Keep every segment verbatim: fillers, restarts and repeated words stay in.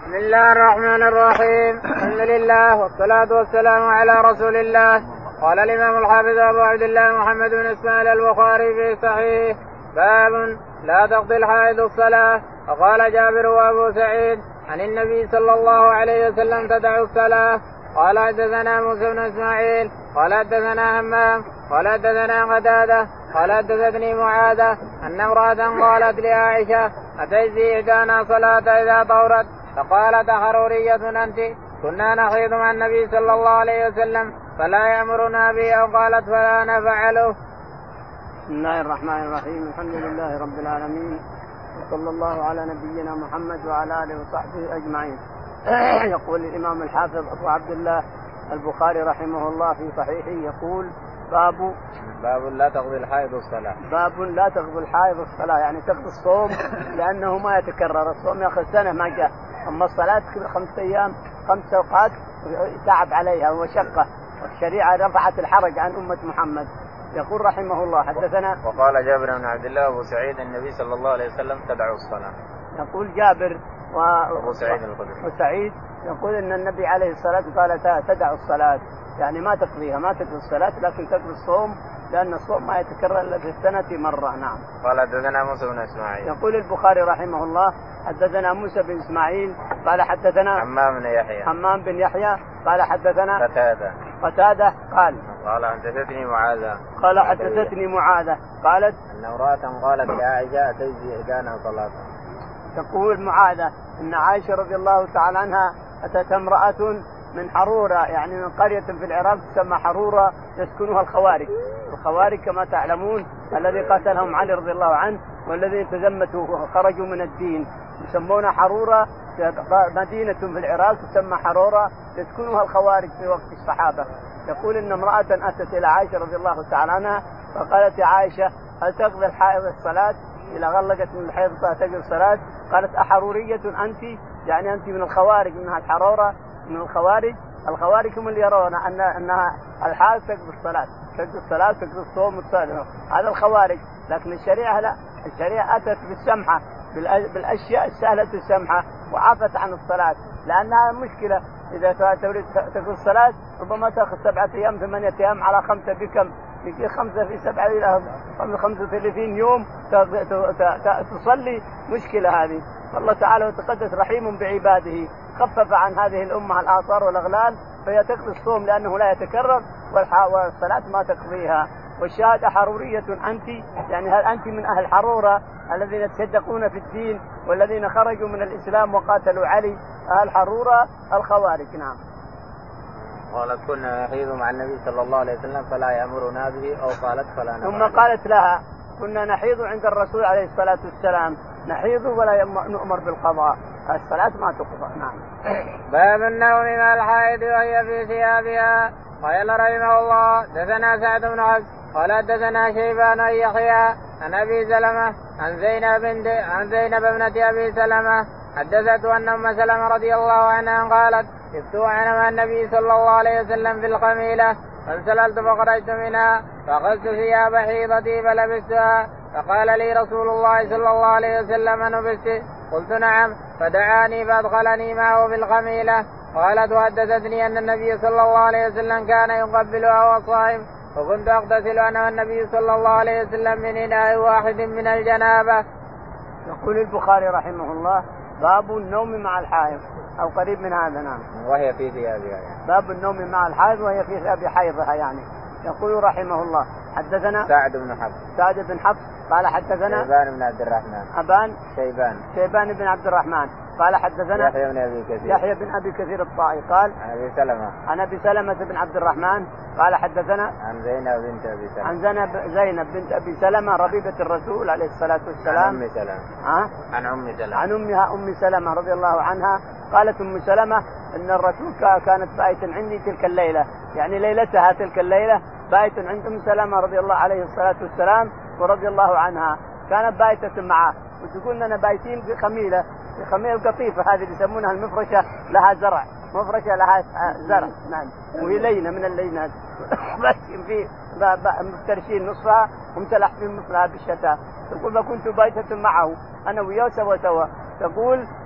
بسم الله الرحمن الرحيم. الحمد لله والصلاة والسلام على رسول الله. قال الإمام الحافظ أبو عبد الله محمد بن إسماعيل البخاري في صحيح باب لا تقضي الحائض الصلاة. وقال جابر وأبو سعيد عن النبي صلى الله عليه وسلم تدع الصلاة. قال حدثنا موسى بن إسماعيل قال حدثنا همام قال حدثنا قتادة قال حدثتني معاذة أن امرأة قالت لعائشة أتجزي إحدانا صلاة إذا طهرت؟ فقالت حرورية أنت؟ كنا نحيض مع النبي صلى الله عليه وسلم فلا يأمرنا به، أو قالت فلا نفعله. بسم الله الرحمن الرحيم. الحمد لله رب العالمين، وصلى الله على نبينا محمد وعلى آله وصحبه أجمعين. يقول الإمام الحافظ أبو عبد الله البخاري رحمه الله في صحيحه يقول باب باب لا تقضي الحائض الصلاة. باب لا تقضي الحائض الصلاة، يعني تقضي الصوم لأنه ما يتكرر، الصوم يأخذ سنة ما جاء، أما الصلاة كل خمسة أيام خمس أوقات تعب عليها ومشقة، والشريعة رفعت الحرج عن أمة محمد. يقول رحمه الله حدثنا وقال جابر بن عبد الله وأبو سعيد النبي صلى الله عليه وسلم تدع الصلاة. يقول جابر وأبو سعيد الخدري وسعيد يقول أن النبي عليه الصلاة والسلام قال تدع الصلاة، يعني ما تقضيها، ما تقضي الصلاة لكن تقضي الصوم، لأن الصوم ما يتكرر إلا في السنة مرة. نعم. قال حدثنا موسى بن إسماعيل. يقول البخاري رحمه الله حدثنا موسى بن إسماعيل قال حدثنا حمام بن يحيى حمام بن يحيى قال حدثنا قتادة قتادة قال قال حدثتني معاذة قال حدثتني معاذة قالت أن امرأة قالت لعائشة أتجزي إحدانا صلاة. تقول معاذة أن عائشة رضي الله تعالى عنها أتت امرأة من حرورة، يعني من قرية في العراق تسمى حرورة يسكنها الخوارج. الخوارج كما تعلمون الذي قتلهم علي رضي الله عنه والذين تزمتوا وخرجوا من الدين يسمون حرورة، مدينة في العراق تسمى حرورة يسكنها الخوارج في وقت الصحابة. يقول إن امرأة أتت إلى عائشة رضي الله تعالى عنها فقالت يا عائشة هل تقضي الحائض الصلاة؟ إذا غلقت من الحيض تقضي الصلاة؟ قالت أحرورية أنت؟ يعني أنت من الخوارج، منها الحرورة من الخوارج. الخوارج هم اللي يرون أن أنها الحائض تقضي الصلاة، تقضي الصلاة تقضي الصوم والصلاة، هذا الخوارج. لكن الشريعة لا، الشريعة أتت بالسمحة، بالأشياء السهلة السمحة، وعافت عن الصلاة، لأنها مشكلة. إذا تريد تقضي الصلاة ربما تأخذ سبعة أيام ثمانية أيام على خمسة بكم، يجي خمسة في سبعة إلى خمسة وثلاثين يوم تصلي، مشكلة هذه. الله تعالى وتقدس رحيم بعباده، خفف عن هذه الأمة الآثار والأغلال، فهي تقضي الصوم لأنه لا يتكرر، والصلاة ما تقضيها. والشهادة حرورية أنت، يعني هل أنت من أهل حرورة الذين يتصدقون في الدين والذين خرجوا من الإسلام وقاتلوا علي؟ أهل حرورة الخوارج. نعم. قالت كنا نحيض مع النبي صلى الله عليه وسلم فلا يأمرنا به، أو قالت فلا نفعل. ثم قالت لها كنا نحيض عند الرسول عليه الصلاة والسلام، نحيض ولا نؤمر بالقضاء، الصلاة ما تقضى. نعم. باب النوم مع الحائض وهي في ثيابها. قال رحمه الله دثنا سعد بن عبد قال دثنا شيبان أن يحيى عن أبي سلمة عن زينب بنت عن زينب ابنة أبي سلمة حدثته أن أم سلمة رضي الله عنها قالت استوعنا مع النبي صلى الله عليه وسلم في الخميلة فانسللت فخرجت منها فأخذت ثياب حيضتي فلبستها، فقال لي رسول الله صلى الله عليه وسلم نبست؟ قلت نعم، فدعاني فأدخلني معه في الخميلة. قالت وحدثتني أن النبي صلى الله عليه وسلم كان يقبلها وهو صائم، وكنت أغتسل أنا والنبي صلى الله عليه وسلم من إناء واحد من الجنابة. يقول البخاري رحمه الله باب النوم مع الحائض، أو قريب من هذا. نعم. وهي في ثيابها يعني. باب النوم مع الحائض وهي في ثياب حيضها يعني. يقول رحمه الله حدثنا سعد بن حفص سعد بن حفص قال حدثنا شيبان بن عبد الرحمن أبان شيبان شيبان بن عبد الرحمن قال حدثنا يحيى بن أبي كثير يحيى بن أبي كثير الطائي قال عن أبي سلمة عن أبي سلمة بن عبد الرحمن قال حدثنا عن زينب بنت أبي سلمة عن زينب زينب بنت أبي سلمة ربيبة الرسول عليه الصلاة والسلام عن أم سلمة ها عن أم سلمة عن أمها أم سلمة رضي الله عنها قالت أم سلمة إن الرسول كانت بايتا عندي تلك الليلة، يعني ليلتها تلك الليلة بايت عند أم سلمة رضي الله عليه الصلاة والسلام ورضي الله عنها، كانت بايتة معه. وتقول لنا بايتين في خميلة، في خميلة قطيفة هذه اللي يسمونها المفرشة، لها زرع، مفرشة لها زرع. نعم. وهي لينة من اللينات بس في مفترشين نصفها ومتلحفين مثلها بالشتاء. تقول فكنت بايتة معه أنا وياه سوا سوا. تقول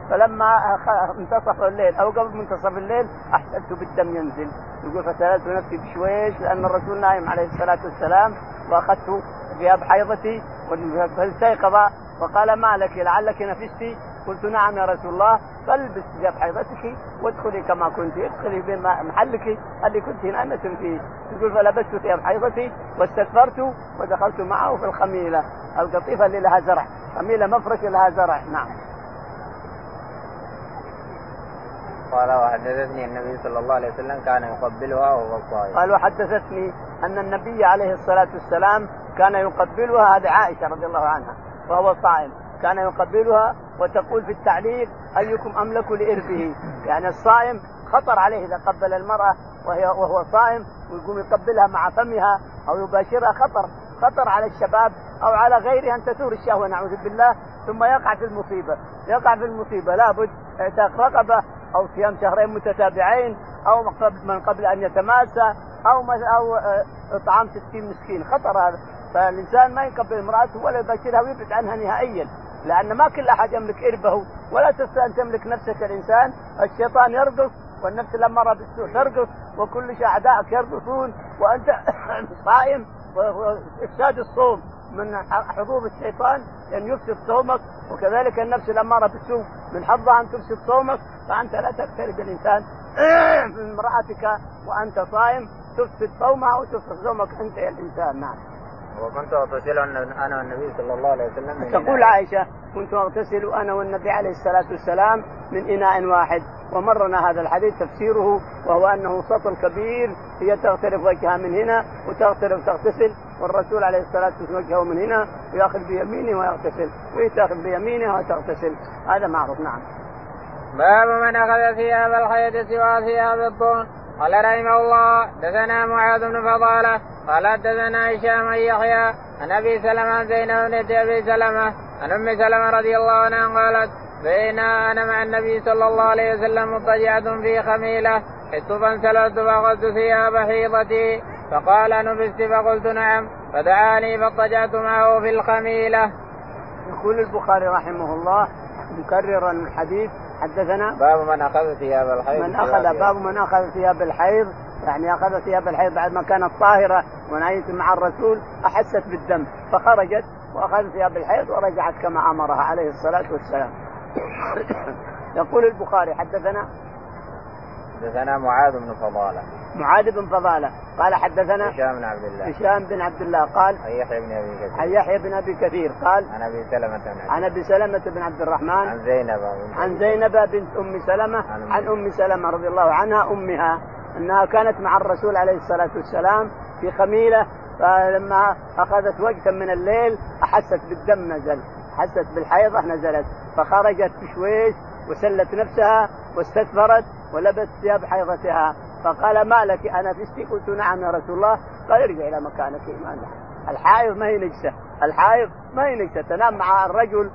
فلما منتصف الليل أو قبل منتصف الليل أحسست بالدم ينزل. يقول فسألت نفسي بشويش لأن الرسول نايم عليه الصلاة والسلام وأخذت ثياب حيضتي فاستيقظ وقال ما لك لعلك نفستي؟ قلت نعم يا رسول الله. فالبس ثياب حيضتك وادخلي كما كنت، ادخلي بمحلك اللي كنت نائمة فيه. يقول فلبست ثياب حيضتي واستكبرت ودخلت معه في الخميلة القطيفة اللي لها زرع، خميلة مفرش لها زرع. نعم. قال وحدثتني النبي صلى الله عليه وسلم كان يقبلها وهو صائم. قال وحدثتني أن النبي عليه الصلاة والسلام كان يقبلها، هذه عائشة رضي الله عنها، وهو صائم كان يقبلها وتقول في التعليق أيكم أملك لإربه، يعني الصائم خطر عليه إذا قبل المرأة وهي وهو صائم ويقوم يقبلها مع فمها أو يباشرها، خطر خطر على الشباب أو على غيره أن تثور الشهوة نعوذ بالله ثم يقع في المصيبة يقع في المصيبة لابد اعتاق رقبة أو صيام شهرين متتابعين أو من قبل أن يتماسى أو أو إطعام ستين مسكين، خطر هذا. فالإنسان ما يقبل امرأته ولا يباشرها ويبعد عنها نهائيا، لأن ما كل أحد يملك إربه، ولا تستطيع أن تملك نفسك. الإنسان الشيطان يرقص والنفس الأمارة بالسوء ترقص وكل شيء أعدائك يرقصون وأنت صائم، وإفساد الصوم من حظوظ الشيطان أن يفسد صومك، وكذلك النفس الأمارة بالسوء من حظها أن تفسد صومك، فأنت لا تقترب الإنسان من امرأتك وأنت صائم تفسد صومها وتفسد صومك أنت يا الإنسان. نعم. وكنت أغتسل أنا والنبي صلى الله عليه وسلم. تقول عائشة كنت أغتسل أنا والنبي عليه الصلاة والسلام من إناء واحد، ومرنا هذا الحديث تفسيره وهو أنه سطل كبير، هي تغترف وجهها من هنا وتغترف تغتسل، والرسول عليه الصلاة والسلام وجهه من هنا ويأخذ بيمينه ويغتسل وهي تأخذ بيمينه وتغتسل، هذا معروف. نعم. باب من أخذ ثياب الحيض سوى ثياب الطهر. قال رحمه الله دثنا معاذ بن فضالة قال دثنا هشام بن يحيى عن أبي سلمة عن زينب بنت أبي سلمة عن أم سلمة رضي الله عنها قالت بين أنا مع النبي صلى الله عليه وسلم مضطجعة في خميلة حدت فانسللت فأخذت ثياب حيضتي فقال نبست فقلت نعم فدعاني فاضطجعت معه في الخميلة. يقول البخاري رحمه الله مكررا الحديث حدثنا باب من أخذ ثياب الحيض من أخذ باب من أخذ ثياب الحيض، يعني أخذ ثياب الحيض بعد ما كانت طاهرة ونعيت مع الرسول أحست بالدم فخرجت وأخذ ثياب الحيض ورجعت كما أمرها عليه الصلاة والسلام. يقول البخاري حدثنا حدثنا معاذ بن فضالة معاذ بن فضالة قال حدثنا هشام بن عبد الله هشام بن عبد الله قال عن يحيى بن أبي كثير عن يحيى بن أبي كثير قال عن أبي سلمة عن أبي سلمة بن عبد الرحمن عن زينب عن زينب بنت أم سلمة عن أم سلمة رضي الله عنها أمها أنها كانت مع الرسول عليه الصلاة والسلام في خميلة، فلما أخذت وقتا من الليل أحست بالدم نزل، أحست بالحيضة نزلت فخرجت بشويش وسلت نفسها واستكبرت ولبست ثياب حيضتها، فقال ما لك أنا فستي؟ قلت نعم يا رسول الله. قال ارجع إلى مكانك. إيمان الحائض ما هي نجسة، الحائض ما هي نجسة، تنام مع الرجل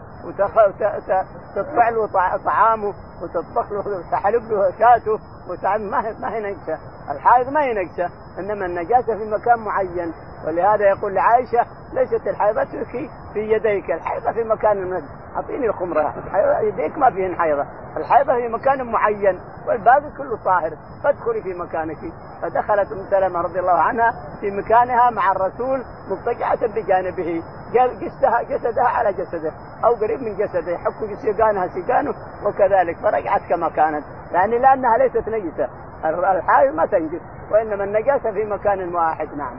وتطبع له طعامه وتطبخ له وتحلب له شاته ما هي نجسة، الحائض ما هي نجسة، إنما النجاسة في مكان معين. ولهذا يقول لعائشة ليست الحيضة في يديك، الحيضة في مكان المنزل، أعطيني الخمرة، يديك ما فيهن حيضة، الحيضة في مكان معين والباقي كله طاهر، فادخلي في مكانك. فدخلت أم سلمة رضي الله عنها في مكانها مع الرسول مضطجعة بجانبه، جسدها جسدها على جسده أو قريب من جسده، يحك سيقانها سيقانه وكذلك، فرجعت كما كانت، يعني لأنها ليست نجسة، الحائض ما تنجس وإنما النجاسة في مكان واحد. نعم.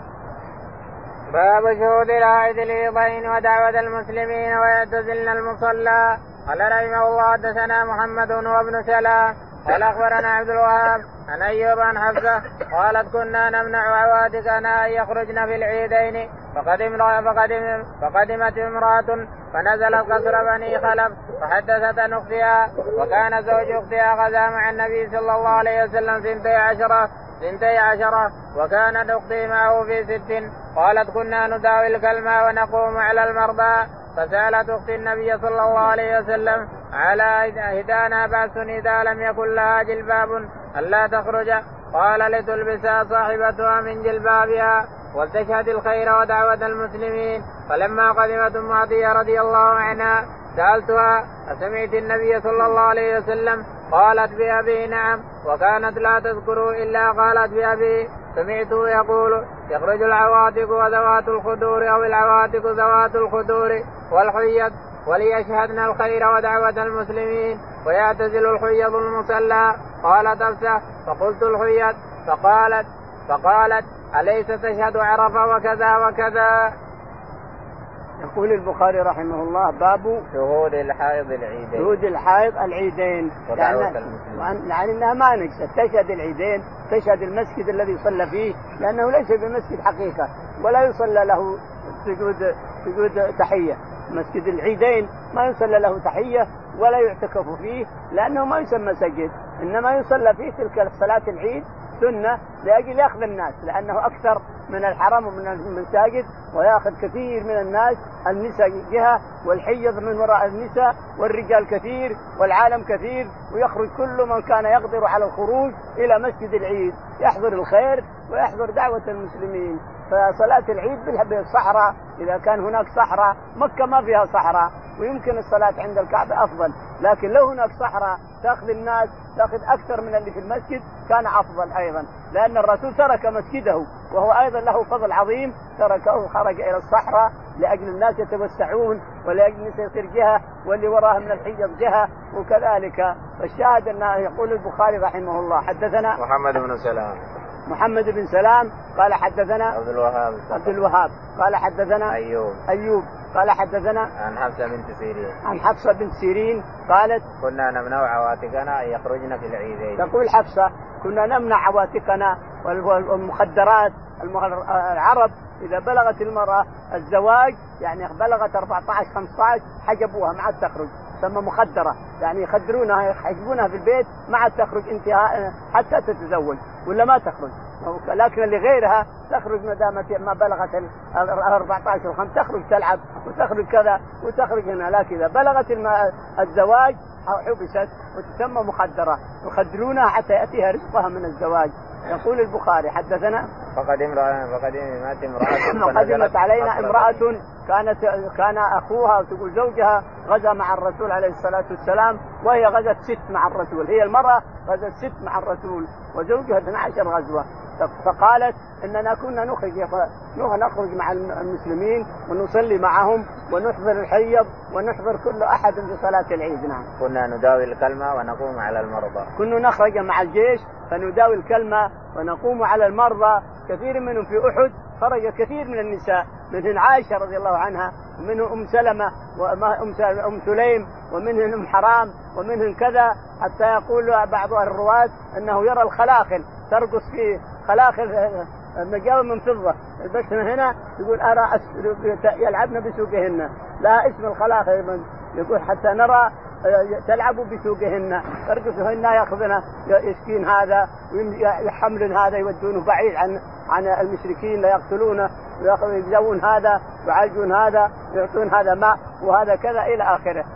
باب شهود الحائض لليضين ودعوة المسلمين ويعتزلن المصلى. قال رحمه الله حدثنا محمد وابن سلام قال أخبرنا عبد الوهاب عن أيوب عن حفصة قالت كنا نمنع عواتقنا أن يخرجن في العيدين فقدم فقدم فقدمت امرأة فنزلت قصر بني خلف فحدثت عن أختها وكان زوج أختها غزا مع النبي صلى الله عليه وسلم سنتي عشرة سنتي عشرة وكانت أختي معه في ست. قالت كنا نداوي الكلمة ونقوم على المرضى فسألت أختي النبي صلى الله عليه وسلم على هدانا بأس إذا لم يكن لها جلباب ألا تخرج. قال لتلبسها صاحبتها من جلبابها ولتشهد الخير ودعوة المسلمين. فلما قدمت أم عطية رضي الله عنها سألتها أسمعت النبي صلى الله عليه وسلم؟ قالت بأبي نعم، وكانت لا تذكر إلا قالت بأبي. سمعته يقول يخرج العواتق وذوات الخدور أو العواتق ذوات الخدور والحيض وليشهدن الخير ودعوة المسلمين ويعتزل الحيض المصلى. قالت أفسح فقلت الحيض فقالت فقالت أليس تشهد عرفة وكذا وكذا. يقول البخاري رحمه الله باب شهود الحائض العيدين. شهود الحائض العيدين يعني, يعني انها ما نقصت تشهد العيدين، تشهد المسجد الذي يصلى فيه، لانه ليس بمسجد حقيقه ولا يصلى له سجود سجود تحيه. مسجد العيدين ما يصلى له تحيه ولا يعتكف فيه لانه ما يسمى مسجد، انما يصلى فيه تلك صلاه العيد سنه لاجل ياخذ الناس، لانه اكثر من الحرم ومن المساجد وياخذ كثير من الناس، النساء جهه والحيض من وراء النساء والرجال كثير والعالم كثير، ويخرج كل من كان يقدر على الخروج الى مسجد العيد يحضر الخير ويحضر دعوه المسلمين. فصلاه العيد بالصحراء اذا كان هناك صحراء، مكه ما فيها صحراء ويمكن الصلاه عند الكعبه افضل، لكن لو هناك صحراء تاخذ الناس تاخذ اكثر من اللي في المسجد كان افضل ايضا، لان الرسول ترك مسجده وهو ايضا له فضل عظيم، تركه وخرج الى الصحراء لاجل الناس يتوسعون ولاجل الناس يصير جهه واللي وراها من الحيض جهه وكذلك. فالشاهد ان يقول البخاري رحمه الله حدثنا محمد بن سلام محمد بن سلام قال حدثنا عبد الوهاب عبد الوهاب قال حدثنا أيوب أيوب قال حدثنا عن حفصة بنت سيرين عن حفصة بنت سيرين قالت كنا نمنع عواتقنا أن يخرجن في العيدين. تقول حفصة كنا نمنع عواتقنا والمخدرات. العرب إذا بلغت المرأة الزواج يعني بلغت أربعة عشر خمسة عشر حجبوها ما عاد تخرج، تسمى مخدرة، يعني يخدرونها يحجبونها في البيت ما عاد تخرج انتهاء حتى تتزوج ولا ما تخرج. لكن اللي غيرها تخرج ما دامت ما بلغت أربعة عشر خمسة تخرج تلعب وتخرج كذا وتخرج هنا، لكن إذا بلغت الزواج حبست وتسمى مخدرة، يخدرونها حتى يأتيها رزقها من الزواج. يقول البخاري حدثنا فقدمت امرأة فقدمت علينا امرأة كانت كان أخوها وتقول زوجها غزا مع الرسول عليه الصلاة والسلام، وهي غزت ست مع الرسول، هي المرأة غزت ست مع الرسول وزوجها اثنتي عشرة غزوة. فقالت إننا كنا نخرج نخرج مع المسلمين ونصلي معهم ونحضر الحيض ونحضر كل أحد في صلاة العيد. نعم كنا نداوي الكلمة ونقوم على المرضى. كنا نخرج مع الجيش فنداوي الكلمة ونقوم على المرضى. كثير منهم في أحد خرج كثير من النساء، منهن عائشة رضي الله عنها ومنهم أم سلمة وأم سليم ومنهن أم حرام ومنهن كذا، حتى يقول بعض الرواة أنه يرى الخلاخل ترقص في خلاخل مجاوب من فضة بس هنا يقول أرى يلعبن بسوقهن، لا اسم الخلاخل يقول حتى نرى تلعب بسوقهن ترقصهن يأخذنا يسكين هذا ويحملن هذا يودونه بعيد عن عن المشركين لا يقتلونه ويجزون هذا ويعالجون هذا ويعطون هذا ماء وهذا كذا إلى آخره.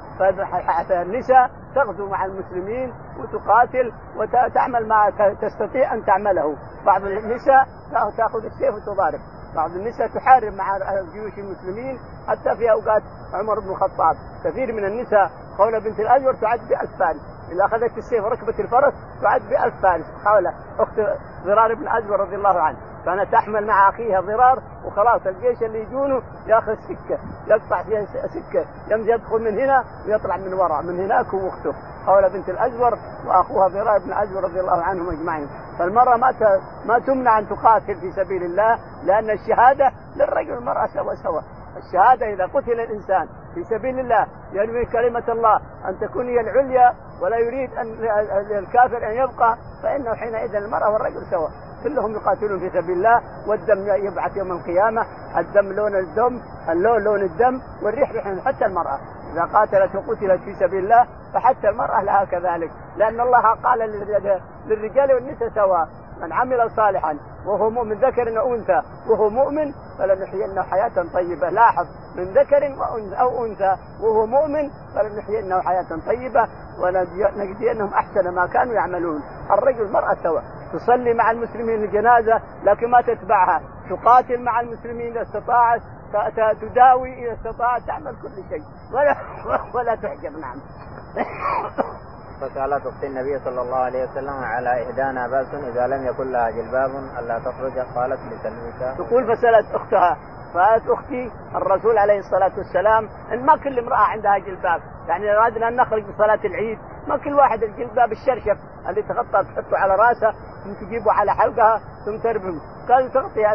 فالنساء تغزو مع المسلمين وتقاتل وتعمل ما تستطيع أن تعمله. بعض النساء تأخذ السيف وتضارب، بعض النساء تحارب مع جيوش المسلمين، حتى في أوقات عمر بن الخطاب كثير من النساء خولة بنت الأزور تعد بألف فارس، إذا أخذت السيف وركبت الفرس تعد بألف فارس. خولة أخت ضرار بن الأزور رضي الله عنه كانت تحمل مع أخيها ضرار، وخلاص الجيش اللي يجونه يأخذ سكة يقطع فيها سكة يدخل من هنا ويطلع من وراء من هناك هو أخته خولة بنت الأزور وأخوها ضرار بن الأزور رضي الله عنهم أجمعين. فالمرأة ما ما تمنع أن تقاتل في سبيل الله، لأن الشهادة للرجل والمرأة سوا سوا. الشهادة إذا قتل الإنسان في سبيل الله ينوي كلمة الله أن تكون هي العليا ولا يريد أن الكافر أن يبقى، فإنه حينئذ المرأة والرجل سوا كلهم يقاتلون في سبيل الله. والدم يبعث يوم القيامة، الدم لون الدم، اللون لون الدم، والريح ريح. حتى المرأة إذا قاتلت وقتلت في سبيل الله فحتى المرأة لها كذلك، لأن الله قال للرجال والنساء سواء، من عمل صالحا وهو مؤمن ذكر أو أنثى وهو مؤمن فلنحيينه حياة طيبة. لاحظ، من ذكر أو أنثى وهو مؤمن فلنحيينه حياة طيبة ولنجزينهم أحسن ما كانوا يعملون. الرجل والمرأة سواء، تصلي مع المسلمين الجنازة لكن ما تتبعها تقاتل مع المسلمين إذا استطاعت، تداوي إذا استطاعت، تعمل كل شيء ولا ولا تحجر. نعم. فسألت أخت النبي صلى الله عليه وسلم على إهدانا بأس إذا لم يكن لها جلباب ألا تخرج، قالت لتلبسها. تقول فسألت أختها، فقالت أختي الرسول عليه الصلاة والسلام إن ما كل امرأة عندها جلباب، يعني أرادنا أن نخرج بصلاة العيد ما كل واحد الجلباب الشرشف اللي تغطى تحطه على رأسها ثم تجيبه على حلقها ثم تربم، قالوا تغطي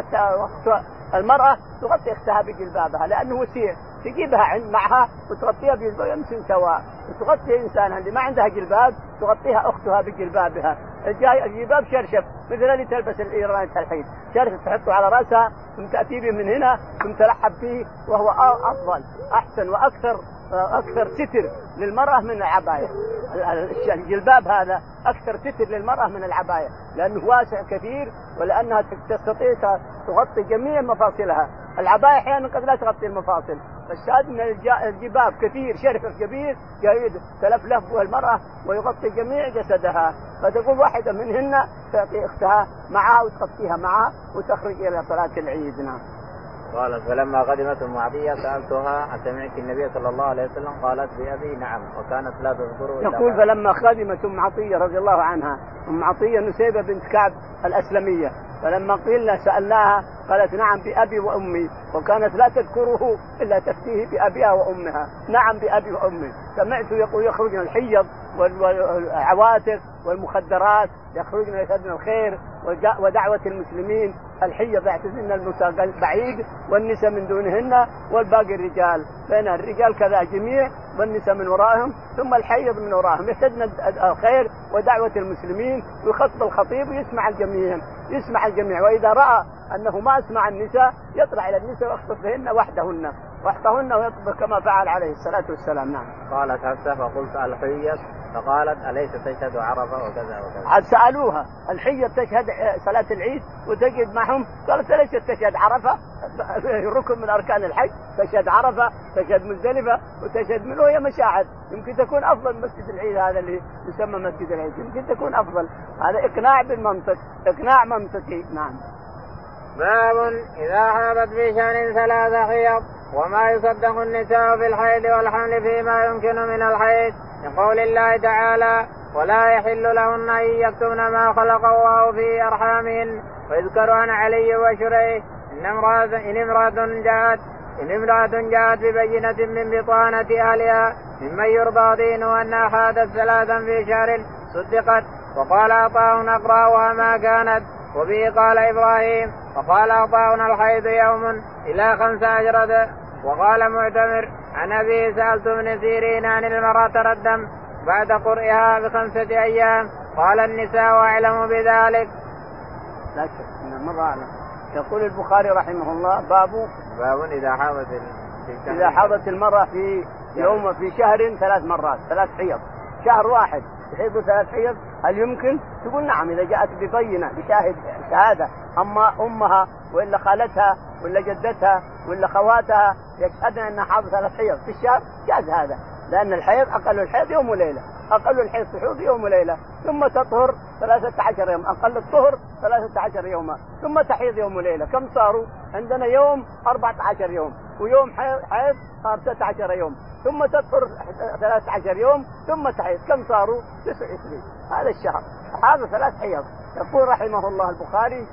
المرأة تغطي أختها بجلبابها لأنه وسيع، تجيبها عند معها وتغطيها بجلباب يمسن سواء، وتغطي إنسان اللي ما عندها جلباب تغطيها أختها بجلبابها. الجلباب شرشف مثل اللي تلبس الإيرانية الحين، شرشف تحطه على رأسها ثم تأتي به من هنا ثم تلحب فيه، وهو أفضل أحسن وأكثر أكثر ستر للمرأة من العباية. الجلباب هذا أكثر ستر للمرأة من العباية لأنه واسع كثير ولأنها تستطيع تغطي جميع مفاصلها. العباية أحيانا قد لا تغطي المفاصل، فالشاهد من الجباب كثير شرف كبير جيد تلفلف به المرأة ويغطي جميع جسدها. فتقول واحدة منهن تعطي أختها معها وتغطيها معها وتخرج إلى صلاة العيد. نعم. قالت فلما قدمت أم عطية سألتها أسمعت النبي صلى الله عليه وسلم؟ قالت بأبي نعم، وكانت لا تذكره. يقول فلما قدمت أم عطية رضي الله عنها، أم عطية نسيبة بنت كعب الأسلمية، فلما قيل سألناها قالت نعم بأبي وأمي، وكانت لا تذكره إلا تفتيه بأبيها وأمها. نعم بأبي وأمي. سمعت يقول يخرجن الحيض والعواتق والمخدرات يخرجن يسدن الخير ودعوة المسلمين. الحيض يعتزلن المساق البعيد والنساء من دونهن والباقي الرجال، بين الرجال كذا جميع والنساء من وراءهم ثم الحيض من وراءهم، يسدن الخير ودعوة المسلمين ويخطب الخطيب ويسمع الجميع يسمع الجميع وإذا رأى أنه ما أسمع النساء يطلع إلى النساء ويخطب بهن وحدهن وحدهن ويطبخ كما فعل عليه الصلاة والسلام. نعم. قالت حفصة فقلت الحيض فقالت أليس تشهد عرفة وكذا وكذا. عاد سألوها الحيض تشهد صلاة العيد وتجد معهم؟ قالت أليس تشهد عرفة؟ ركن من أركان الحج، تشهد عرفة تشهد مزدلفة وتشهد منه، هي مشاعر يمكن تكون أفضل مسجد العيد هذا اللي يسمى مسجد العيد يمكن تكون أفضل. هذا إقناع بالمنطق، إقناع منطقي. نعم. باب إذا حاضت في شأن ثلاث حيض وما يصدق النساء في الحيض والحمل فيما يمكن من الحيض، لقول الله تعالى ولا يحل لهن أن يكتمن ما خلق الله في أرحامهن. ويذكر عن علي وشريح إن امرأة إن امرأة جاءت إن امرأة جاءت ببينة من بطانة أهلها ممن يرضى دينه أنها حاضت ثلاثا في شهر صدقت. وقال عطاء أقرأها ما كانت، وبه قال إبراهيم. وقال عطاء الحيض يوم إلى خمس عشرة. وقال معتمر عن أبي سألت ابن سيرين عن المرأة ترى الدم بعد قرئها بخمسة أيام، قال النساء أعلم بذلك. لا شك إن مرة أعلم. يقول البخاري رحمه الله باب باب إذا حاضت إذا حاضت المرأة في يوم في شهر ثلاث مرات ثلاث حيض، شهر واحد تحيض ثلاث حيض، هل يمكن؟ تقول نعم إذا جاءت ببينة بشاهد شهادة، أما أمها وإلا خالتها ولا جدتها ولا خواتها يشهدن أنها حاضت ثلاث حيض في الشهر جاز هذا، لأن الحيض أقل الحيض يوم وليلة، أقل الحيض تحوض يوم وليلة، ثم تطهر ثلاثة عشر يوم، أقل الطهر ثلاثة عشر يوما، ثم تحيض يوم وليلة. كم صاروا؟ عندنا يوم أربعة عشر يوم، ويوم حيض صار ستة عشر يوم، ثم تطهر ثلاثة عشر يوم، ثم تحيض، كم صاروا؟ تسعة وعشرين. هذا الشهر هذا ثلاث حيض. يقول رحمه الله البخاري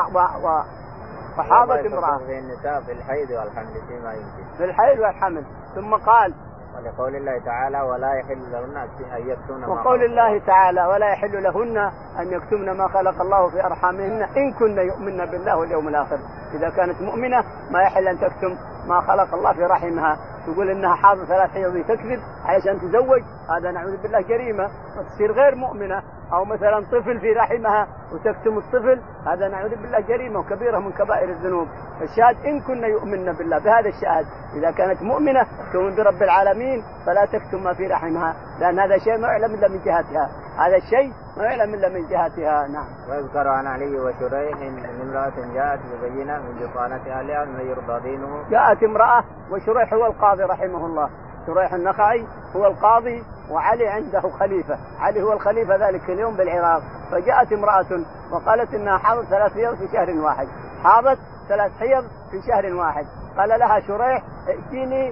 وحاضت امرأة في النساء في الحيض والحمل فيما يمكن في الحيض والحمل. ثم قال ولقول الله تعالى ولا يحل لهن أن يكتمن ما وقول الله تعالى ولا يحل لهن أن يكتمن ما خلق الله في أرحامهن إن كن يؤمن بالله واليوم الآخر. إذا كانت مؤمنة ما يحل أن تكتم ما خلق الله في رحمها. تقول إنها حاضر ثلاث حيض تكذب علشان تزوج، هذا نعوذ بالله جريمة، وتصير غير مؤمنة. أو مثلا طفل في رحمها وتكتم الطفل، هذا نعوذ بالله جريمة وكبيرة من كبائر الذنوب. الشاهد إن كنا يؤمن بالله، بهذا الشاهد إذا كانت مؤمنة تؤمن برب العالمين فلا تكتم ما في رحمها، لأن هذا شيء ما يعلم إلا من جهتها، هذا الشيء ما يعلم إلا من جهتها. نعم. ويذكر عن علي وشريح إن امرأة جاءت ببينة من بطانة أهلها من يرضى دينه. جاءت امرأة وشريح هو القاضي رحمه الله، شريح النخعي هو القاضي وعلي عنده خليفة، علي هو الخليفة ذلك اليوم بالعراق. فجاءت امرأة وقالت إنها حاضت ثلاث حيض في شهر واحد، حاضت ثلاث حيض في شهر واحد. قال لها شريح ائتيني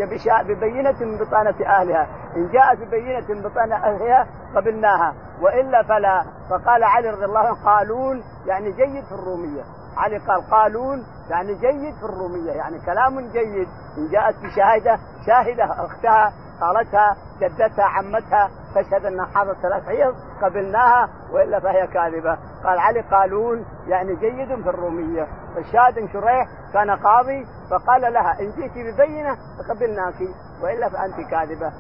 ببينة من بطانة أهلها، إن جاءت ببينة من بطانة أهلها قبلناها وإلا فلا. فقال علي رضي الله عنه قالون يعني جيد في الرومية. علي قال قالون يعني جيد في الرومية، يعني كلام جيد. إن جاءت بشاهدة شاهدة أختها خالتها جدتها عمتها تشهد أنها حاضت ثلاث حيض قبلناها وإلا فهي كاذبة. قال علي قالون يعني جيد في الرومية. فالشاهد شريح كان قاضي فقال لها إن جئت ببينة فقبلناك وإلا فأنت كاذبة،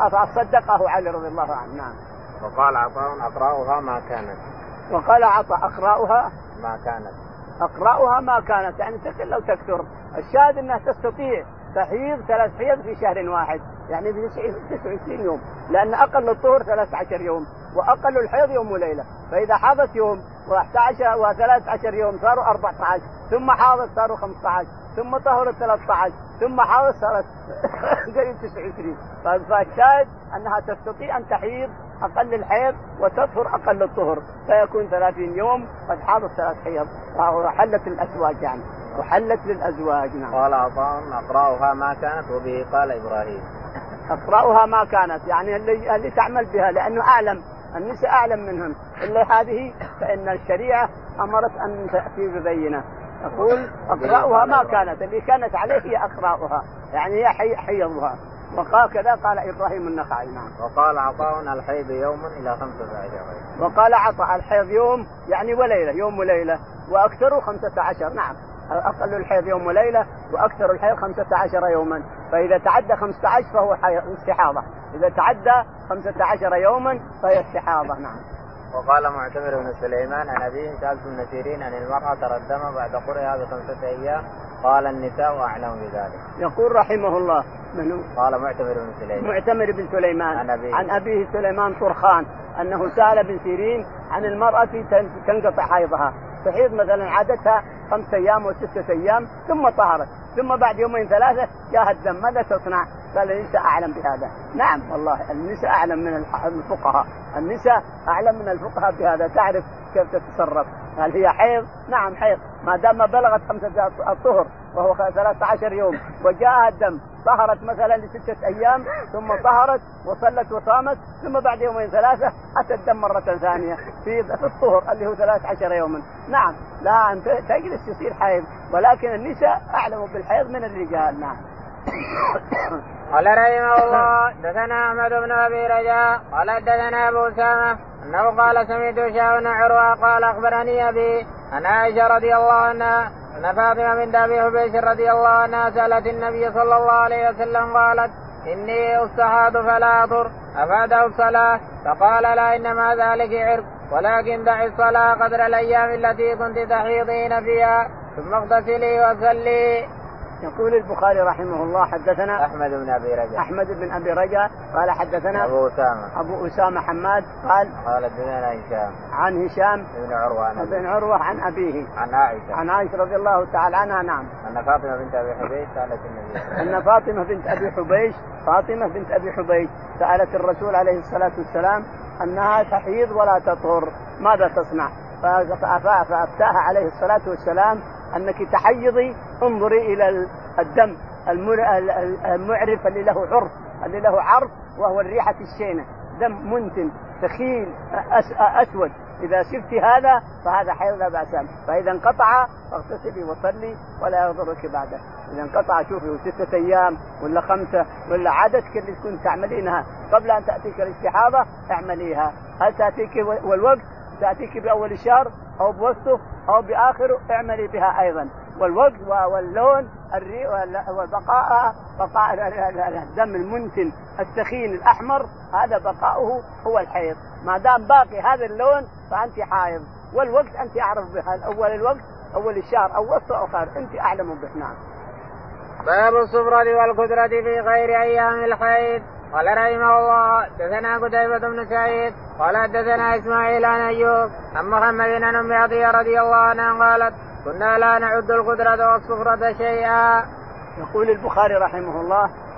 فصدقه علي رضي الله عنه. نعم. وقال عطاء أقرأها ما كانت. وقال عطاء أقرأها ما كانت. أقرأها ما كانت يعني تقل أو تكثر. الشاهد أنها تستطيع تحيض ثلاث حيض في شهر واحد يعني في تسعة وعشرين يوم، لأن أقل الطهر ثلاث عشر يوم وأقل الحيض يوم وليلة. فإذا حاضت يوم وأحد عشر وثلاث عشر يوم صاروا أربعة عشر، ثم حاضت صاروا خمسة عشر، ثم طهرت ثلاثة عشر، ثم حاضت صارت قريب تسعة وعشرين. فالشاهد أنها تستطيع أن تحيض أقل الحيض وتطهر أقل الطهر، فيكون ثلاثين يوم قد حاضت ثلاث حيض وحلت الأزواج يعني وحلت للأزواج. نعم. قال عطاء أقرأها ما كانت وبه قال إبراهيم. أقرأها ما كانت يعني اللي, اللي تعمل بها، لأنه أعلم النساء أعلم منهم إلا هذه، فإن الشريعة أمرت أن تأتي ببينة. أقول أقرأها ما كانت اللي كانت عليه هي أقرأها يعني هي حيضها. وقال كذا قال إبراهيم النخعي. نعم. وقال عطاء الحيض يوما إلى خمسة عشر. وقال عطاء الحيض يوم يعني وليلة يوم وليلة وأكثره خمسة عشر. نعم. أقل الحيض يوم وليلة وأكثر الحيض خمسة عشر يوما. فإذا تعدى خمسة عشر فهو استحاضة، إذا تعدى خمسة عشر يوما فهي استحاضة. نعم. وقال معتمر بن سليمان عن أبيه سألت ابن سيرين عن المرأة ترى الدم بعد قرئها بخمسة أيام قال النساء أعلم بذلك. يقول رحمه الله منه قال معتمر بن سليمان معتمر بن سليمان عن أبيه, عن أبيه سليمان طرخان أنه سأل ابن سيرين عن المرأة تنقطع حيضها، تحيض مثلا عادتها خمسة أيام وستة أيام ثم طهرت ثم بعد يومين ثلاثة جاء الدم، ماذا تصنع؟ قال النساء أعلم بهذا. نعم والله النساء أعلم من الفقهاء، النساء أعلم من الفقهاء بهذا، تعرف كيف تتصرف. هل هي حيض؟ نعم حيض ما دام بلغت خمسة الطهر وهو ثلاثة عشر يوم وجاءها الدم، طهرت مثلا لستة أيام ثم طهرت وصلت وصامت ثم بعد يومين ثلاثة أتى الدم مرة ثانية في الطهر اللي هو ثلاثة عشر يوما. نعم لا أن تجلس تصير حيض، ولكن النساء أعلم بالحيض من الرجال. نعم. قال رحمه الله دثنا أحمد بن أبي رجاء قال دثنا أبو أسامة أنه قال سمعت هشام بن عروة قال أخبرني أبي أن عائشة رضي الله عنها أن فاطمة بنت أبي حبيش رضي الله عنها سألت النبي صلى الله عليه وسلم قالت إني أستحاض فلا أطهر أفاده الصلاة؟ فقال لا إنما ذلك عرق ولكن دعي الصلاة قدر الأيام التي كنت تحيضين فيها ثم اغتسلي وصلي. يقول البخاري رحمه الله حدثنا أحمد بن أبي رجاء أحمد بن أبي رجاء قال حدثنا أبو أسامة أبو أسامة حماد قال قال حدثنا هشام عن هشام بن عروة بن عروة عن أبيه عن عائشة عن عائشة رضي الله تعالى عنها. نعم. أن فاطمة بنت أبي حبيش سألت النبي أن فاطمة بنت أبي حبيش فاطمة بنت أبي حبيش سألت الرسول عليه الصلاة والسلام أنها تحيض ولا تطهر ماذا تصنع؟ فأفتاها عليه الصلاة والسلام أنك تحيضي انظري إلى الدم المعرف اللي له عرف اللي له عرف وهو الريحة الشينة، دم منتن ثخين أسود، إذا شفت هذا فهذا حيض لا بأس به، فإذا انقطع فاغتسلي وصلي ولا يضرك بعده. إذا انقطع شوفي ستة أيام ولا خمسة ولا عادتك اللي كنت تعملينها قبل أن تأتيك الاستحاضة اعمليها، هل تأتيك والوقت تأتيك بأول الشهر أو بوسطه أو بآخره اعملي بها أيضا، والوقت واللون والبقاء بقاء الدم المنتن الثخين الأحمر هذا بقاؤه هو الحيض، ما دام باقي هذا اللون فأنت حائض، والوقت أنت أعرف بها، أول الوقت أول الشهر أو وسط أو آخر أنت أعلم به. نعم. باب الصفرة والقدرة في غير أيام الحيض. قال رحمه الله دثنا قتيبة بن سعيد قال دثنا إسماعيل عن أيوب عن محمد بن أم عطية رضي الله عنها قالت كنا لا نعد القدرة والصفرة شيئا. يقول البخاري رحمه الله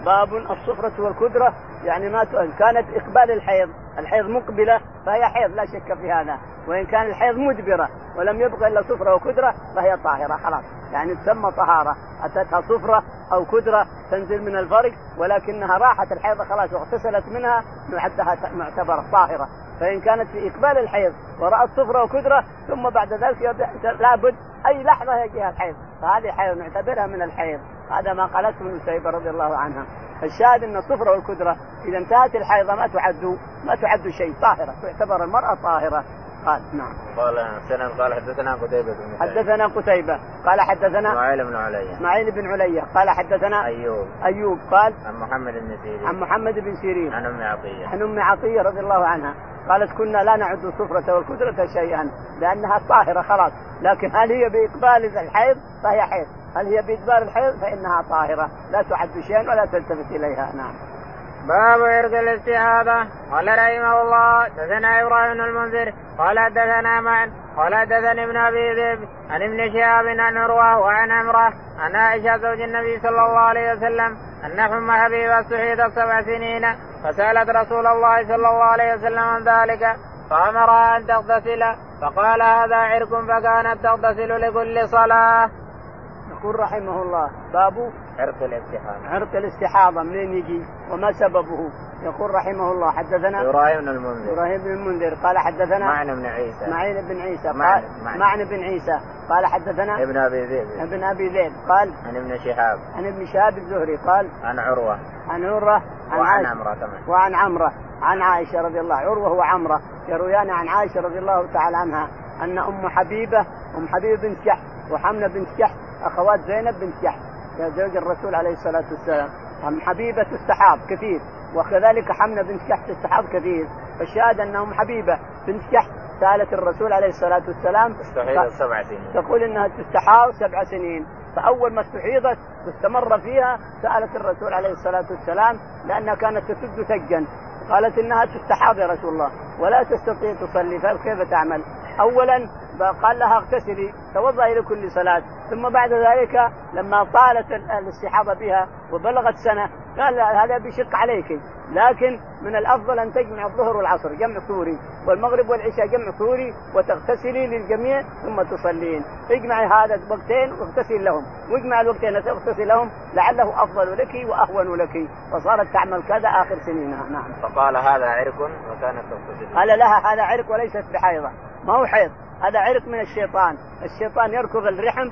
باب الصفرة والكدرة، يعني ما كانت إقبال الحيض الحيض مقبلة فهي حيض لا شك في هذا، وإن كان الحيض مدبرة ولم يبقى إلا صفرة وكدرة فهي طاهرة خلاص، يعني تسمى طهارة. أتتها صفرة أو كدرة تنزل من الفرج ولكنها راحت الحيض خلاص واغتسلت منها نعدها معتبرة طاهرة. فإن كانت في إقبال الحيض ورأت صفرة وكدرة ثم بعد ذلك لابد أي لحظة يجيها الحيض فهذه حيض نعتبرها من الحيض. هذا ما قالته ابن سيبة رضي الله عنها. الشاهد أن الصفرة والكدرة إذا انتهت الحيضة ما تعد ما تعد شيء طاهرة، تعتبر المرأة طاهرة. قال نعم. قال سنن قال حدثنا قتيبة بن حدثنا قتيبة قال حدثنا إسماعيل بن علي إسماعيل بن علي قال حدثنا أيوب أيوب قال عن محمد بن سيرين عن محمد بن سيرين عن أم عطية عن أم عطية رضي الله عنها قالت كنا لا نعد الصفرة والكدرة شيئا لأنها طاهرة خلاص، لكن هل هي بإقبال الحيض فهي حيض، هل هي بإدبار الحيض فإنها طاهرة لا تعد شيئا ولا تلتفت إليها. نعم. باب عرق الاستعاذة. قال رحمه الله دثنا إبراهيم المنذر قال دثنا معن قال دثني ابن أبي ذئب عن ابن شهاب عن عروة وعن عمرة عن عائشة زوج النبي صلى الله عليه وسلم أن حم حبيبة استحيضت سبع سنين فسألت رسول الله صلى الله عليه وسلم عن ذلك فأمرها أن تغتسل فقال هذا عرق فكانت تغتسل لكل صلاة. يقول رحمه الله باب عرق الاستحاضة. عرق الاستحاضة منين يجي وما سببه؟ يقول رحمه الله حدثنا إبراهيم بن المنذر إبراهيم بن المنذر قال حدثنا معن بن عيسى معن بن عيسى قال معن بن عيسى قال حدثنا ابن أبي ذئب ابن أبي ذئب قال عن ابن شهاب عن ابن شهاب الزهري قال عن عروة عن عروة عن وعن عمرة كمان وعن عمرة عن عائشة رضي الله عروة وعمرة يرويان عن عائشة رضي الله تعالى عنها أن أم حبيبة أم حبيبة بنت جحش وحمنة بنت جحش أخوات زينب بنت جحش زوج الرسول عليه الصلاة والسلام. أم حبيبة تستحاض كثير وكذلك حمنة بنت جحش تستحاض كثير. فالشاهد أن أم حبيبة بنت جحش سألت الرسول عليه الصلاة والسلام استحيضت سبع سنين تقول إنها تستحاض سبع سنين. فأول ما استحيضت واستمر فيها سألت الرسول عليه الصلاة والسلام لأنها كانت تسد سجا قالت إنها تستحاض يا رسول الله ولا تستطيع تصلي فكيف تعمل؟ أولا قال لها اغتسلي توضئي لكل صلاة، ثم بعد ذلك لما طالت الاستحاضة بها وبلغت سنة قال هذا بيشق عليك، لكن من الأفضل أن تجمع الظهر والعصر جمع ثوري والمغرب والعشاء جمع ثوري وتغتسلي للجميع ثم تصلين. اجمعي هذا الوقتين واغتسل لهم واجمع الوقتين تغتسل لهم لعله أفضل لك وأهون لك. فصارت تعمل كذا آخر سنينها. نعم. فقال هذا عرق وكانت تغتسل. قال لها هذا عرق وليست بحيضة، ما هو حيض، هذا عرق من الشيطان. الشيطان يركض الرحم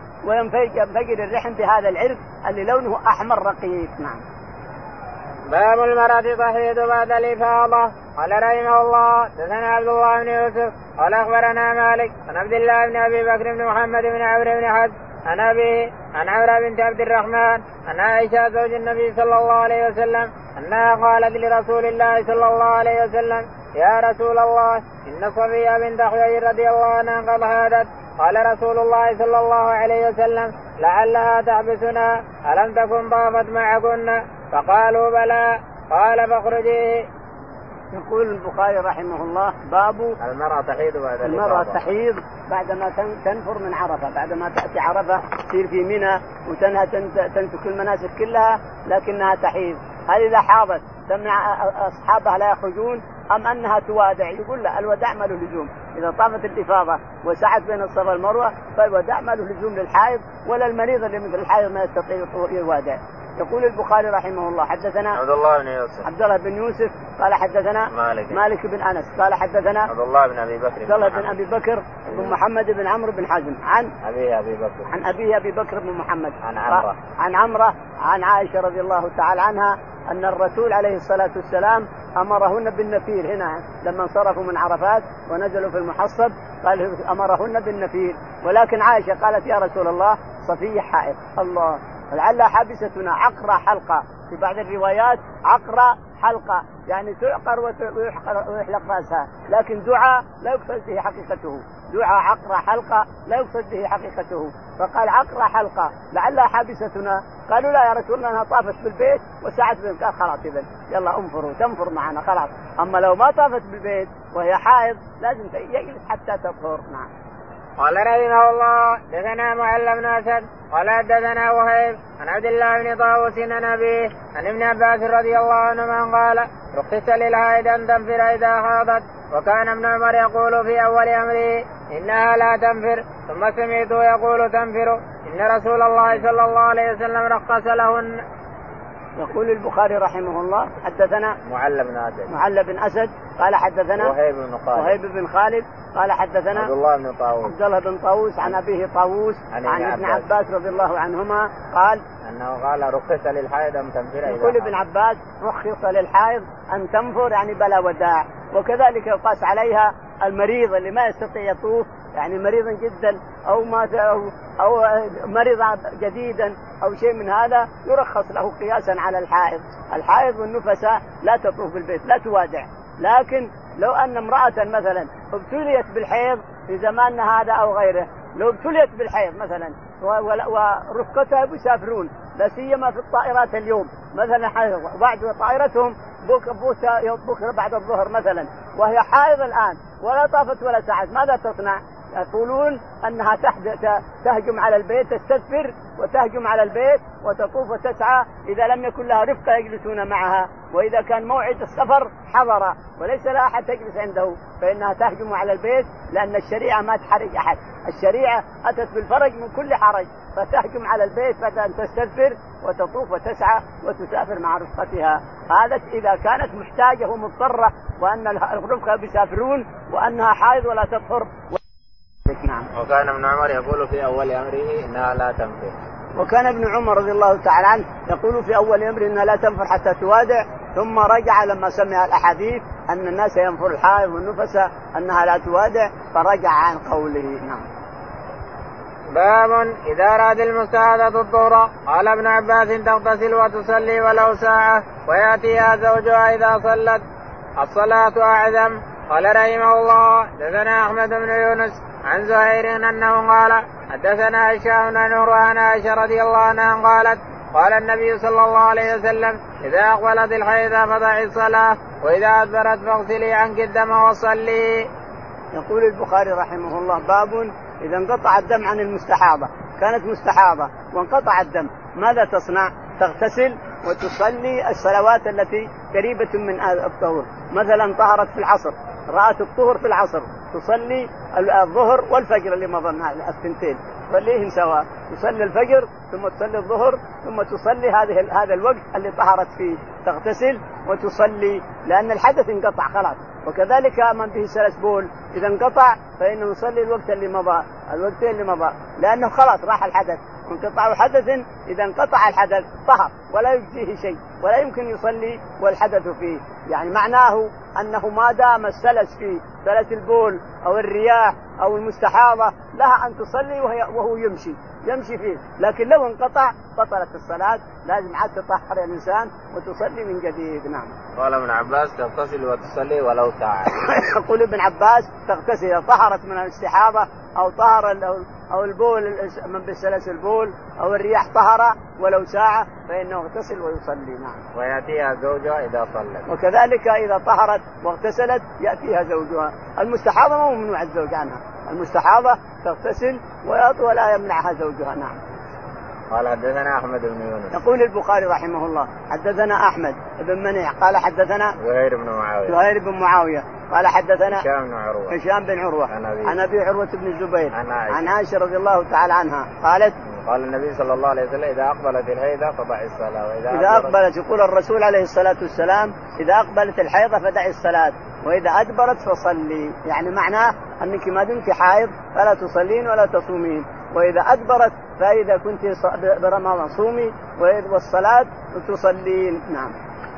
وينفجر الرحم بهذا العرق اللي لونه أحمر رقيق. نعم. باب المرأة تحيض بعد الإفاضة. قال رحمه الله دثنا عبد الله بن يوسف قال أخبرنا مالك عن عبد الله بن أبي بكر بن محمد بن عمرو بن حد عن أبيه عن عمرو بنت عبد الرحمن عن عائشة زوج النبي صلى الله عليه وسلم أنها قالت لرسول الله صلى الله عليه وسلم يا رسول الله إن صفية بنت حيي رضي الله عنها قد حاضت. قال رسول الله صلى الله عليه وسلم لعلها تحبسنا ألم تكن طافت معكن؟ فقالوا بلى. قال فاخرجي. يقول البخاري رحمه الله باب المرأة تحيض بعد المرأة تحيض بعدما تنفر من عرفة، بعدما تأتي عرفة تصير في منى وتنهى تنسك المناسك كلها لكنها تحيض. هل إذا حاضت تمنع أصحابها لا يخرجون أم أنها توادع؟ يقول لا، الوداع ما له لزوم. إذا طافت الإفاضة وسعت بين الصفا والمروة فالوداع ما له لزوم للحائض ولا المريض اللي مثل الحائض ما يستطيع يوادع. يقول البخاري رحمه الله حدثنا عبد الله بن يوسف عبد الله بن يوسف قال حدثنا مالك مالك بن أنس قال حدثنا عبد الله بن أبي بكر عبد الله بن أبي بكر بن محمد بن عمرو بن حزم عن أبي أبي بكر عن أبي أبي بكر بن محمد عن عمرة عن عمرة عن عائشة رضي الله تعالى عنها أن الرسول عليه الصلاة والسلام أمرهن بالنفير. هنا لما انصرفوا من عرفات ونزلوا في المحصب قال أمرهن بالنفير، ولكن عائشة قالت يا رسول الله صفية حائض الله لعلها حابستنا عقرة حلقة، في بعض الروايات عقرة حلقة يعني تعقر ويحلق رأسها، لكن دعاء لا يقصد به حقيقته، دعاء عقرة حلقة لا يقصد به حقيقته. فقال عقرة حلقة لعلها حابستنا. قالوا لا يا رسول الله أنها طافت بالبيت وسعت بهم. قال خلاص إذن يلا انفروا تنفر معنا خلاص. أما لو ما طافت بالبيت وهي حائض لازم يجلس حتى تطهر. نعم. قال رحمه الله دثنا معل بن اسد قال حدثنا وهيب عن عبد الله بن طاووس عن ابيه عن ابن عباس رضي الله عنهما قال رخص للحائض ان تنفر اذا خاضت وكان ابن عمر يقول في اول امره انها لا تنفر ثم سمعته يقول تنفر ان رسول الله صلى الله عليه وسلم رخص لهن. يقول البخاري رحمه الله حدثنا معل بن اسد معل بن اسد قال حدثنا وهيب بن خالد وهيب بن خالد قال حدثنا عبد الله بن طاووس عبد الله بن طاووس عن ابيه طاووس عن, عن ابن عباس. عباس رضي الله عنهما قال انه قال رخص للحائض ان تنفر. يقول ابن عباس رخص للحائض ان تنفر يعني بلا وداع، وكذلك يقاس عليها المريض اللي ما يستطيع يطوف يعني مريضا جدا او ما أو, أو مريضا جديدا او شيء من هذا يرخص له قياسا على الحائض. الحائض والنفساء لا تطوف بالبيت لا توادع، لكن لو ان امرأة مثلا ابتليت بالحيض في زماننا هذا او غيره، لو ابتليت بالحيض مثلا ورفقتها يسافرون لا سيما في الطائرات اليوم مثلا بعد طائرتهم بكره بعد الظهر مثلا وهي حائض الان ولا طافت ولا ساعات، ماذا تصنع؟ يقولون انها تهجم على البيت تستدبر وتهجم على البيت وتطوف وتسعى اذا لم يكن لها رفقه يجلسون معها، واذا كان موعد السفر حضر وليس لها احد تجلس عنده فانها تهجم على البيت، لان الشريعه ما تحرج احد، الشريعه اتت بالفرج من كل حرج، فتهجم على البيت فان تستدبر وتطوف وتسعى وتسافر مع رفقتها. هذا اذا كانت محتاجه ومضطره وان الرفقه بيسافرون وانها حائض ولا تطهر. نعم. وكان ابن عمر يقول في اول امره انها لا تنفر. وكان ابن عمر رضي الله تعالى عنه يقول في اول امره انها لا تنفر حتى توادع، ثم رجع لما سمع الاحاديث ان الناس ينفر الحائض والنفس انها لا توادع فرجع عن قوله. نعم. باب اذا اراد المستعاذة الطهر قال ابن عباس تغتسل وتصلي ولو ساعة وياتيها زوجها اذا صلت الصلاة اعظم. قال رحمه الله دثنا احمد بن يونس عن زهير انه قال حدثنا هشام بن عروة عن عائشة رضي الله عنها قالت قال النبي صلى الله عليه وسلم اذا اقبلت الحيض فضعي الصلاة واذا ادبرت فاغسلي عنك الدم وصلي. يقول البخاري رحمه الله باب اذا انقطع الدم عن المستحاضة، كانت مستحاضة وانقطع الدم ماذا تصنع؟ تغتسل وتصلي الصلوات التي قريبة من الطهور، مثلا طهرت في العصر رأت الطهر في العصر تصلي الظهر والفجر اللي مضى الثنتين تصليهم سواء، تصلي الفجر ثم تصلي الظهر ثم تصلي هذه هذا الوقت اللي طهرت فيه، تغتسل وتصلي لأن الحدث انقطع خلاص. وكذلك من به سلس بول إذا انقطع فإنه يصلي الوقت اللي مضى الوقت اللي مضى لأنه خلاص راح الحدث. انقطاع حدث إذا انقطع الحدث طهر ولا يجزيه شيء ولا يمكن يصلي والحدث فيه، يعني معناه أنه ما دام السلس فيه سلس البول أو الرياح أو المستحاضة لها أن تصلي وهي وهو يمشي يمشي فيه، لكن لو انقطع بطلت الصلاة لازم عاد تطهر الإنسان وتصلي من جديد. نعم. قال ابن عباس تغتسل وتصلي ولو ساعة. يقول ابن عباس تغتسل طهرت من الاستحاضة أو طهر أو البول من بسلس البول أو الرياح طهر ولو ساعة فإنه اغتسل ويصلي. نعم. ويأتيها زوجها إذا صلت. وكذلك إذا طهرت واغتسلت يأتيها زوجها. المستحاضة ما ممنوع الزوج عنها، المستحاضة تغتسل ولا يمنعها زوجها. نعم. قال حدثنا أحمد بن يونس. يقول البخاري رحمه الله حدثنا أحمد بن منيع قال حدثنا زهير بن معاوية زهير بن معاوية قال حدثنا هشام بن عروة هشام بن عروة عن أبي عروة بن الزبير عن عائشة. عن عائشة رضي الله تعالى عنها قالت قال النبي صلى الله عليه وسلم إذا أقبلت الحيضة فضعي الصلاة وإذا إذا أقبلت يقول الرسول عليه الصلاة والسلام إذا أقبلت الحيضة فدعي الصلاة وإذا أدبرت فصلي، يعني معناه أنك ما دمت حائض فلا تصلين ولا تصومين، وإذا أدبرت فإذا كنت برمضان صومي والصلاة تصلين. نعم.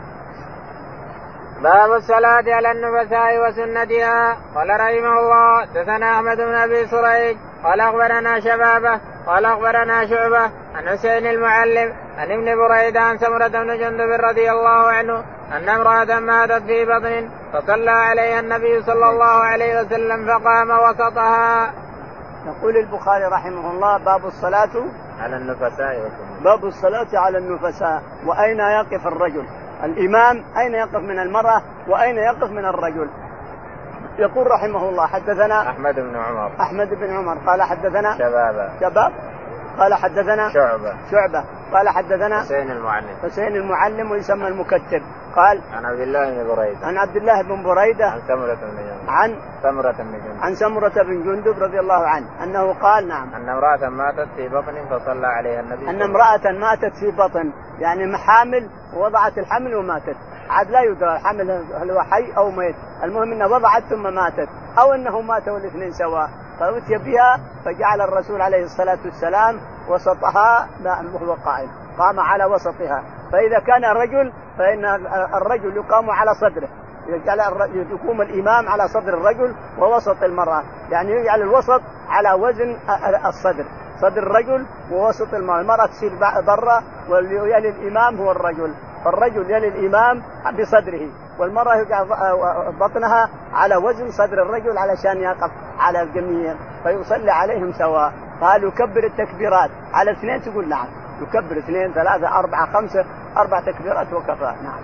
باب الصلاة على النفساء وسنتها. قال رحمه الله دثنا أحمد بن أبي سريج قال أخبرنا شبابه قال أخبرنا شعبة عن حسين المعلم عن ابن بريدة عن سمرة بن جندب رضي الله عنه أن امرأة ماتت في بطن فصلى عليها النبي صلى الله عليه وسلم فقام وسطها. يقول البخاري رحمه الله باب الصلاة على النفساء وسنتها. باب الصلاة على النفساء، وأين يقف الرجل؟ الإمام أين يقف من المرأة وأين يقف من الرجل؟ يقول رحمه الله حدثنا أحمد بن عمر أحمد بن عمر قال حدثنا شباب شباب قال حدثنا شعبة شعبة قال حدثنا حسين المعلم حسين المعلم ويسمى المكتب قال عن عبد الله بن بريدة عن عبد الله بن بريدة عن سمرة بن جندب عن سمرة بن جندب عن سمرة بن جندب رضي الله عنه أنه قال نعم أن امرأة ماتت في بطن فصلى عليها النبي أن امرأة ماتت في بطن يعني حامل ووضعت الحمل وماتت عاد لا يدرى الحمل هل هو حي أو ميت المهم أنها وضعت ثم ماتت أو أنه ماتوا الاثنين سواء فأتي بها فجعل الرسول عليه الصلاة والسلام وسطها وهو قائم قام على وسطها فإذا كان رجل فإن الرجل يقام على صدره يجعل يقوم الإمام على صدر الرجل ووسط المرأة يعني يجعل الوسط على وزن الصدر صدر الرجل ووسط المرأة المرأة تصير ضرة ويلي الإمام هو الرجل فالرجل يلي الإمام بصدره والمرأة يجعل بطنها على وزن صدر الرجل علشان يقف على الجميع فيصلي عليهم سواء قال يكبر التكبيرات على اثنين تقول نعم يكبر اثنين ثلاثة أربعة خمسة أربع تكبيرات وكفى نعم.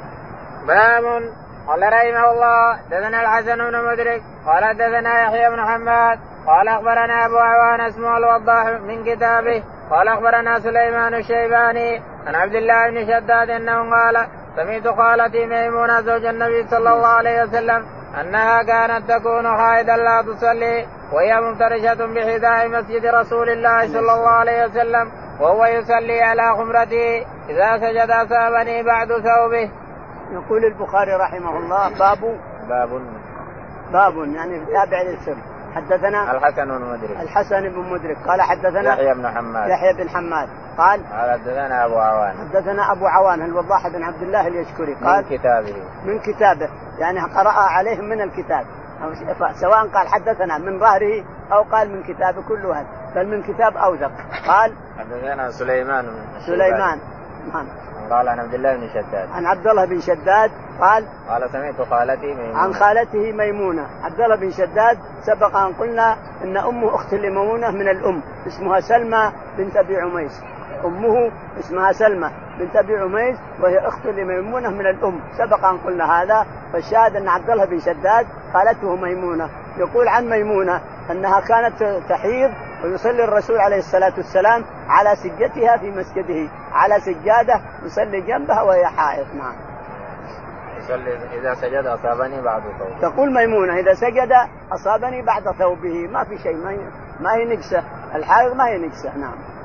باب قال رحمه الله دثنا الحسن بن مدرك قال دثنا يحيى بن حماد قال أخبرنا أبو عوان اسمه الوضاح من كتابه قال أخبرنا سليمان الشيباني عن عبد الله بن شداد أنه قال سمعت خالتي ميمونة زوج النبي صلى الله عليه وسلم أنها كانت تكون حائضا لا تصلي وهي مفترشة بحذاء مسجد رسول الله صلى الله عليه وسلم وهو يصلي على خمرته إذا سجد أصابني بعد ثوبه. يقول البخاري رحمه الله باب باب باب يعني تابع للسر. حدثنا الحسن بن مدرك الحسن بن مدرك قال حدثنا يحيى بن حماد يحيى بن حماد قال حدثنا أبو عوان حدثنا أبو عوان الوضاح بن عبد الله اليشكري قال من كتابه من كتابه يعني قرأ عليهم من الكتاب سواء قال حدثنا من ظهره أو قال من كتابه كل هذا بل من كتاب أوثق. قال حدثنا سليمان سليمان قال عن عبد الله بن شداد عن عبد الله بن شداد قال قال سمعت خالتي ميمونة عن خالته ميمونة. عبد الله بن شداد سبق أن قلنا إن أمه أخت لميمونة من الأم اسمها سلمى بنت أبي عميس أمه اسمها سلمى بنت أبي عميس وهي أخت لميمونة من الأم سبق أن قلنا هذا. فالشاهد أن عبد الله بن شداد خالته ميمونة يقول عن ميمونة أنها كانت تحيض ويصلي الرسول عليه الصلاة والسلام على سجتها في مسجده على سجادة يصلي جنبها وهي حائض. نعم يصلي إذا سجد أصابني بعد ثوبه. تقول ميمونة إذا سجد أصابني بعد ثوبه ما في شيء ما هي, ما هي نجسة الحائض ما هي نجسة. نعم.